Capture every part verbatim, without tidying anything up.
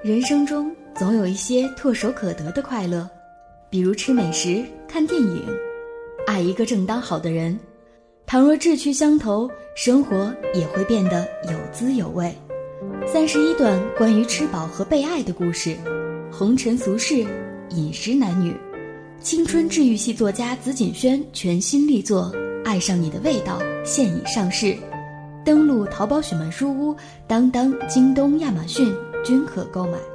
人生中总有一些唾手可得的快乐，比如吃美食、看电影，爱一个正当好的人。倘若志趣相投，生活也会变得有滋有味。三十一段关于吃饱和被爱的故事，红尘俗世，饮食男女。青春治愈系作家紫锦轩全新力作《爱上你的味道》现已上市，登录淘宝雪漫书屋、当当、京东、亚马逊均可购买。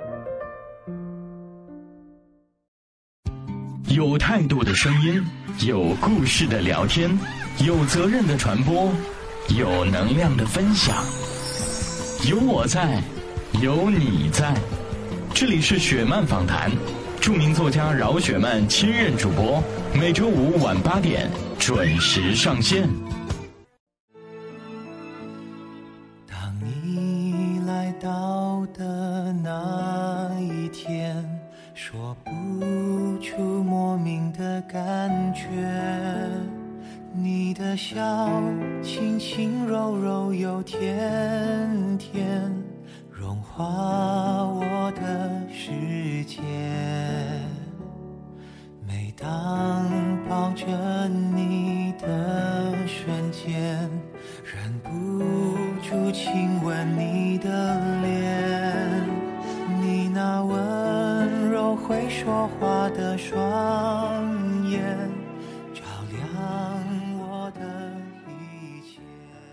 有态度的声音，有故事的聊天，有责任的传播，有能量的分享。有我在，有你在，这里是雪漫访谈，著名作家饶雪漫亲任主播，每周五晚八点准时上线。 当你来到的那一天，说不出莫名的感觉，你的笑轻轻柔柔又甜甜，融化我的世界。每当抱着你的瞬间，忍不住亲吻你的脸，你那温柔会说话的双眼，照亮我的一切。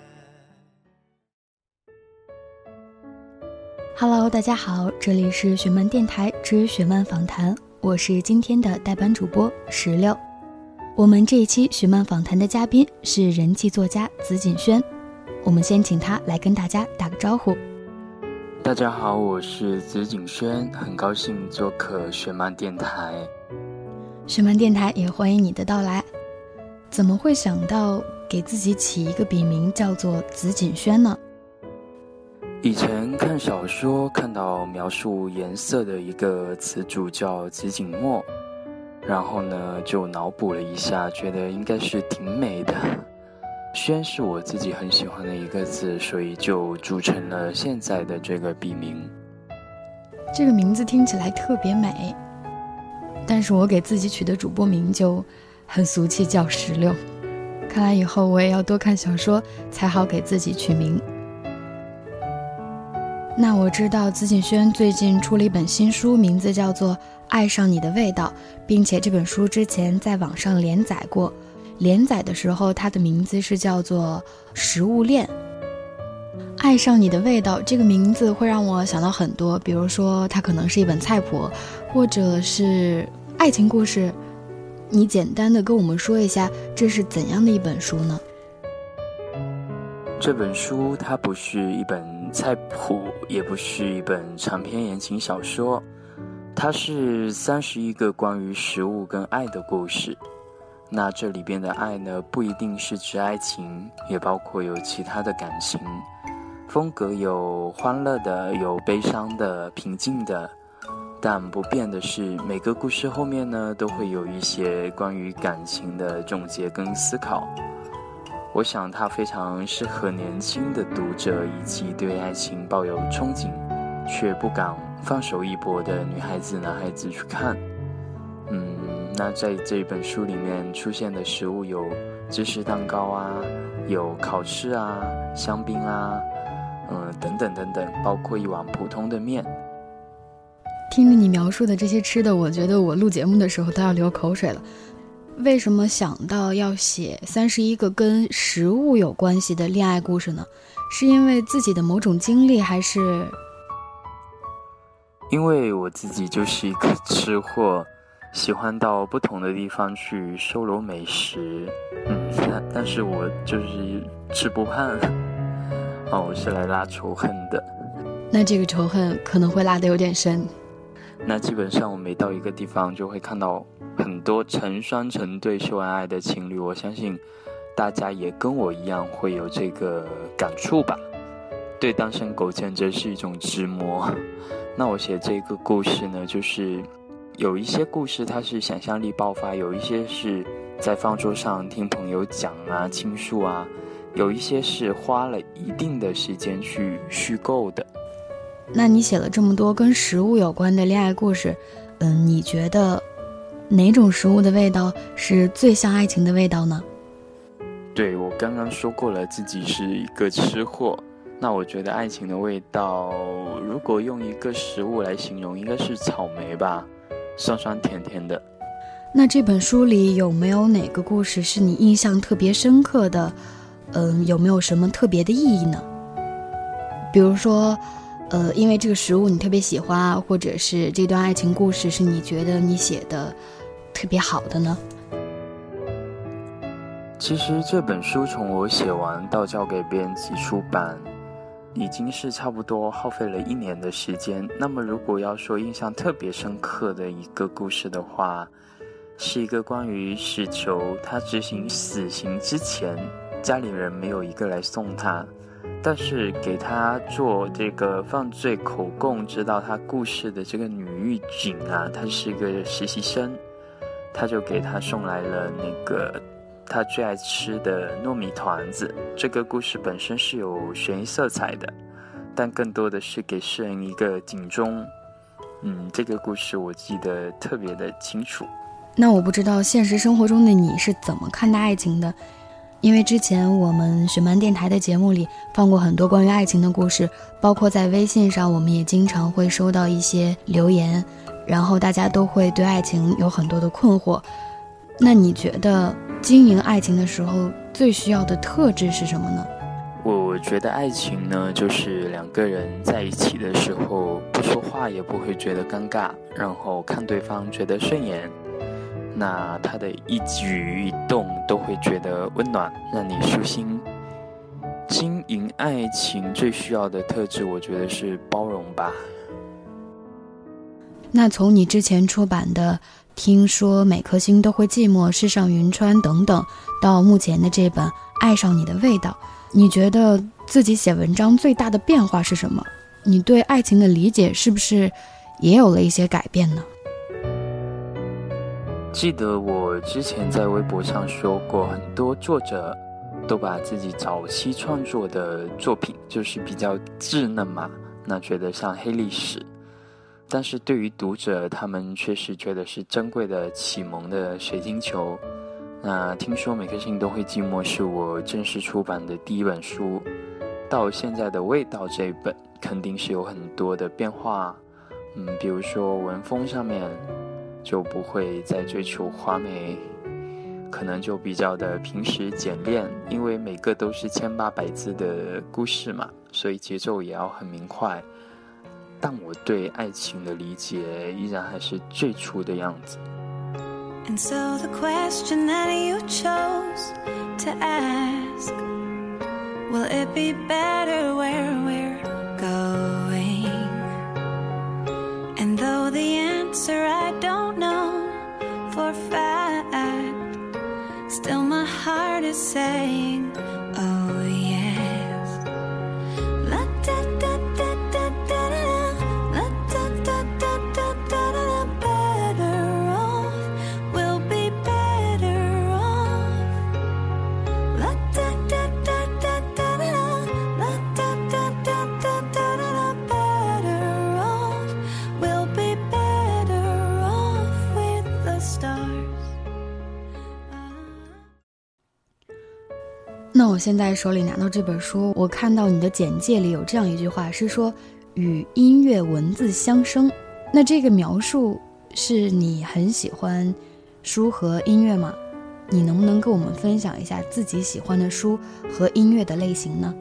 Hello， 大家好，这里是雪漫电台之雪漫访谈，我是今天的代班主播石榴。我们这一期雪漫访谈的嘉宾是人气作家紫锦轩，我们先请他来跟大家打个招呼。 大家好，我是紫锦轩，很高兴做客雪漫电台。 雪漫电台也欢迎你的到来。怎么会想到给自己起一个笔名叫做紫锦轩呢？ 以前看小说看到描述颜色的一个词组叫紫锦墨，然后呢就脑补了一下，觉得应该是挺美的。轩是我自己很喜欢的一个字，所以就组成了现在的这个笔名。 这个名字听起来特别美，但是我给自己取的主播名就很俗气，叫石榴。看来以后我也要多看小说才好给自己取名。那我知道紫锦轩最近出了一本新书，名字叫做《爱上你的味道》，并且这本书之前在网上连载过，连载的时候它的名字是叫做食物链。爱上你的味道这个名字会让我想到很多，比如说它可能是一本菜谱，或者是爱情故事。你简单的跟我们说一下这是怎样的一本书呢？ 这本书它不是一本菜谱，也不是一本长篇言情小说，它是三十一个关于食物跟爱的故事。那这里边的爱呢，不一定是指爱情，也包括有其他的感情，风格有欢乐的，有悲伤的，平静的，但不变的是每个故事后面呢都会有一些关于感情的总结跟思考。我想它非常适合年轻的读者以及对爱情抱有憧憬却不敢放手一搏的女孩子男孩子去看。嗯，那在这本书里面出现的食物有芝士蛋糕啊，有烤翅啊，香槟啊，嗯，等等等等，包括一碗普通的面。 听着你描述的这些吃的，我觉得我录节目的时候都要流口水了。为什么想到要写三十一个跟食物有关系的恋爱故事呢？是因为自己的某种经历，还是因为我自己就是一个吃货，喜欢到不同的地方去搜罗美食。嗯，但但是我就是吃不胖。哦，我是来拉仇恨的。 那这个仇恨可能会拉得有点深。 那基本上我每到一个地方就会看到很多成双成对秀恩爱的情侣，我相信大家也跟我一样会有这个感触吧。对单身狗简直是一种折磨。那我写这个故事呢，就是有一些故事它是想象力爆发，有一些是在饭桌上听朋友讲啊倾诉啊，有一些是花了一定的时间去虚构的。 那你写了这么多跟食物有关的恋爱故事，嗯，你觉得哪种食物的味道是最像爱情的味道呢？ 对，我刚刚说过了，自己是一个吃货。那我觉得爱情的味道，如果用一个食物来形容，应该是草莓吧，酸酸甜甜的。 那这本书里有没有哪个故事是你印象特别深刻的？嗯，有没有什么特别的意义呢？比如说，呃，因为这个食物你特别喜欢，或者是这段爱情故事是你觉得你写的特别好的呢？ 其实这本书从我写完到交给编辑出版，已经是差不多耗费了一年的时间。那么如果要说印象特别深刻的一个故事的话，是一个关于史球他执行死刑之前，家里人没有一个来送他，但是给他做这个犯罪口供知道他故事的这个女狱警啊，她是一个实习生，他就给他送来了那个他最爱吃的糯米团子。这个故事本身是有悬疑色彩的，但更多的是给世人一个警钟。嗯，这个故事我记得特别的清楚。 那我不知道现实生活中的你是怎么看待爱情的，因为之前我们雪漫电台的节目里放过很多关于爱情的故事，包括在微信上我们也经常会收到一些留言，然后大家都会对爱情有很多的困惑。那你觉得经营爱情的时候最需要的特质是什么呢？ 我觉得爱情呢，就是两个人在一起的时候不说话也不会觉得尴尬，然后看对方觉得顺眼，那他的一举一动都会觉得温暖，让你舒心。经营爱情最需要的特质，我觉得是包容吧。 那从你之前出版的听说每颗心都会寂寞，世上云川等等，到目前的这本爱上你的味道，你觉得自己写文章最大的变化是什么？你对爱情的理解是不是也有了一些改变呢？ 记得我之前在微博上说过，很多作者都把自己早期创作的作品就是比较稚嫩嘛，那觉得像黑历史，但是对于读者，他们确实觉得是珍贵的启蒙的水晶球。那听说每颗心都会寂寞是我正式出版的第一本书，到现在的味道这一本肯定是有很多的变化。嗯，比如说文风上面就不会再追求华美，可能就比较的平实简练，因为每个都是千八百字的故事嘛，所以节奏也要很明快。但我对爱情的理解依然还是最初的样子。 And so the question that you chose to ask, will it be better where we're going? And though the answer I don't know for fact, still my heart is saying, oh yes. La da da da da da da, la da da da da da da. Better off, we'll be better off. La da da da da da da, la da da da da da da. Better off, we'll be better off with the stars. 那我现在手里拿到这本书，我看到你的简介里有这样一句话，是说与音乐文字相生。那这个描述是你很喜欢书和音乐吗？你能不能跟我们分享一下自己喜欢的书和音乐的类型呢？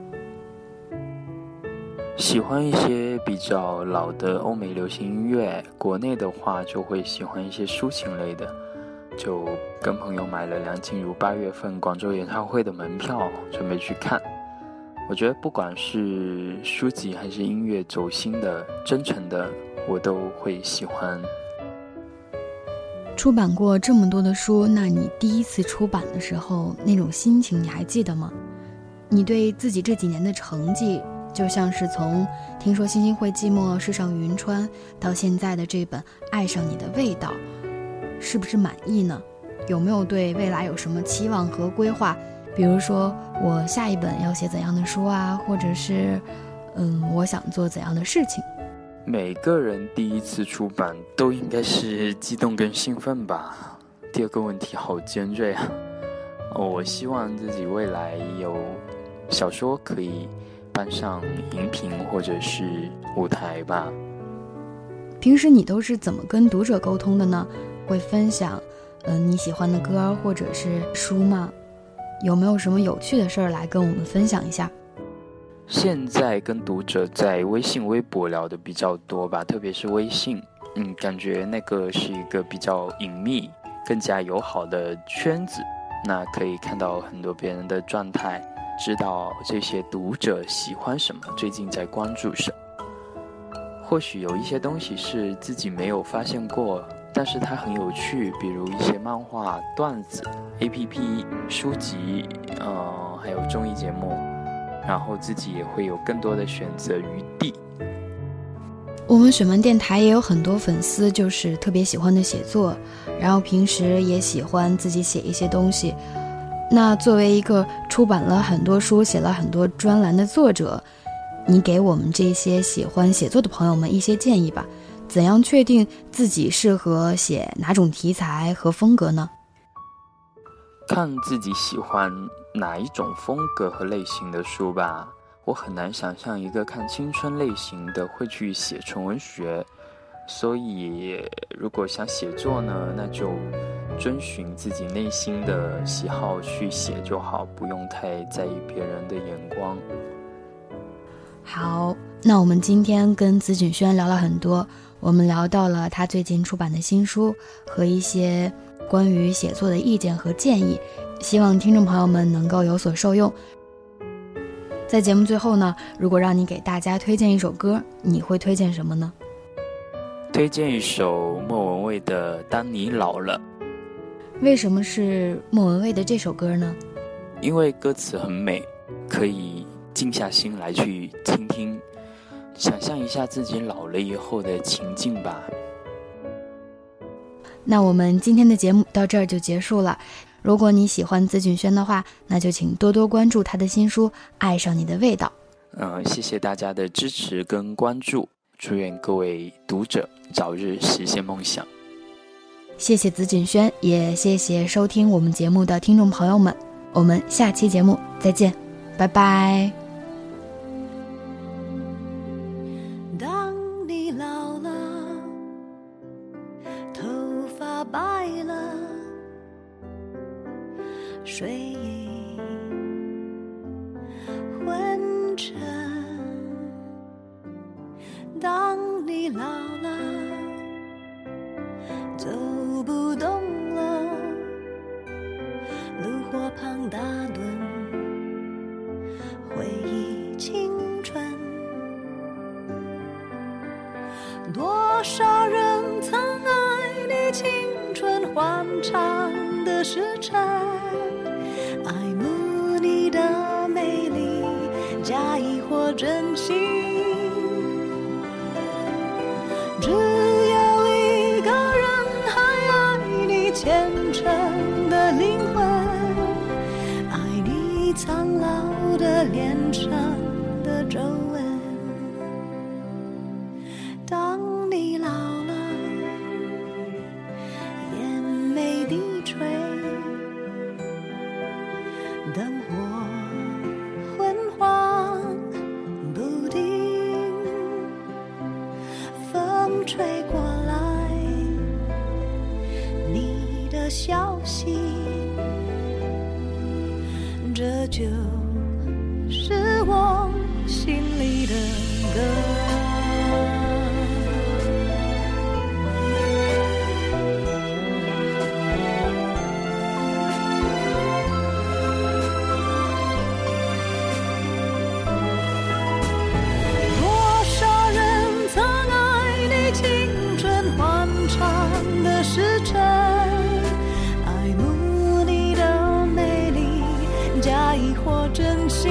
喜欢一些比较老的欧美流行音乐，国内的话就会喜欢一些抒情类的，就跟朋友买了梁静茹八月份广州演唱会的门票，准备去看。我觉得不管是书籍还是音乐，走心的、真诚的，我都会喜欢。 出版过这么多的书，那你第一次出版的时候那种心情你还记得吗？你对自己这几年的成绩，就像是从听说星星会寂寞，世上云川，到现在的这本爱上你的味道，是不是满意呢？有没有对未来有什么期望和规划？比如说我下一本要写怎样的书啊，或者是嗯，我想做怎样的事情？ 每个人第一次出版都应该是激动跟兴奋吧。第二个问题好尖锐啊！我希望自己未来有小说可以搬上荧屏或者是舞台吧。 平时你都是怎么跟读者沟通的呢？会分享嗯、呃、你喜欢的歌或者是书吗？有没有什么有趣的事儿来跟我们分享一下？ 现在跟读者在微信微博聊的比较多吧，特别是微信，嗯，感觉那个是一个比较隐秘更加友好的圈子，那可以看到很多别人的状态，知道这些读者喜欢什么，最近在关注什么。或许有一些东西是自己没有发现过，但是它很有趣，比如一些漫画、段子、A P P、书籍，呃，还有综艺节目，然后自己也会有更多的选择余地。 我们雪漫电台也有很多粉丝，就是特别喜欢的写作，然后平时也喜欢自己写一些东西。那作为一个出版了很多书、写了很多专栏的作者，你给我们这些喜欢写作的朋友们一些建议吧。怎样确定自己适合写哪种题材和风格呢？ 看自己喜欢哪一种风格和类型的书吧。我很难想象一个看青春类型的会去写纯文学，所以如果想写作呢，那就遵循自己内心的喜好去写就好，不用太在意别人的眼光。 好，那我们今天跟紫锦轩聊了很多，我们聊到了他最近出版的新书和一些关于写作的意见和建议，希望听众朋友们能够有所受用。在节目最后呢，如果让你给大家推荐一首歌，你会推荐什么呢？ 推荐一首莫文蔚的《当你老了》。 为什么是莫文蔚的这首歌呢？ 因为歌词很美，可以静下心来去倾听，想象一下自己老了以后的情境吧。 那我们今天的节目到这儿就结束了。如果你喜欢紫锦轩的话，那就请多多关注他的新书《爱上你的味道》。 嗯，谢谢大家的支持跟关注，祝愿各位读者早日实现梦想。 谢谢紫锦轩，也谢谢收听我们节目的听众朋友们，我们下期节目再见，拜拜。 当你老了，头发白了，睡意昏沉，当你老了，走不动了，炉火旁打盹，回忆青春。多少人曾爱你青春欢畅的时辰，爱慕你的美丽，假意或真心。只有一个人还爱你虔诚的灵魂，爱你苍老的脸上的皱纹。当你老了，眼眉低垂，灯火昏黄不定，风吹过来你的消息，这就是我心里的歌。时辰，爱慕你的美丽，假意或真心。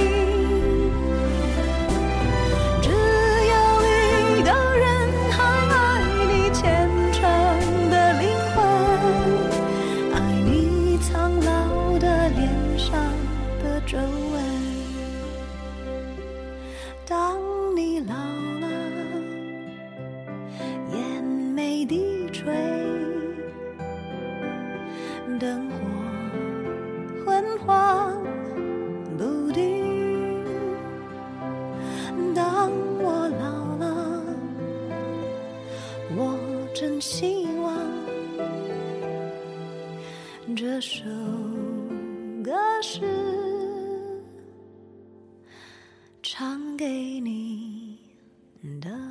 只有一个人还爱你虔诚的灵魂，爱你苍老的脸上的皱纹。当你老了， 的事，唱给你的。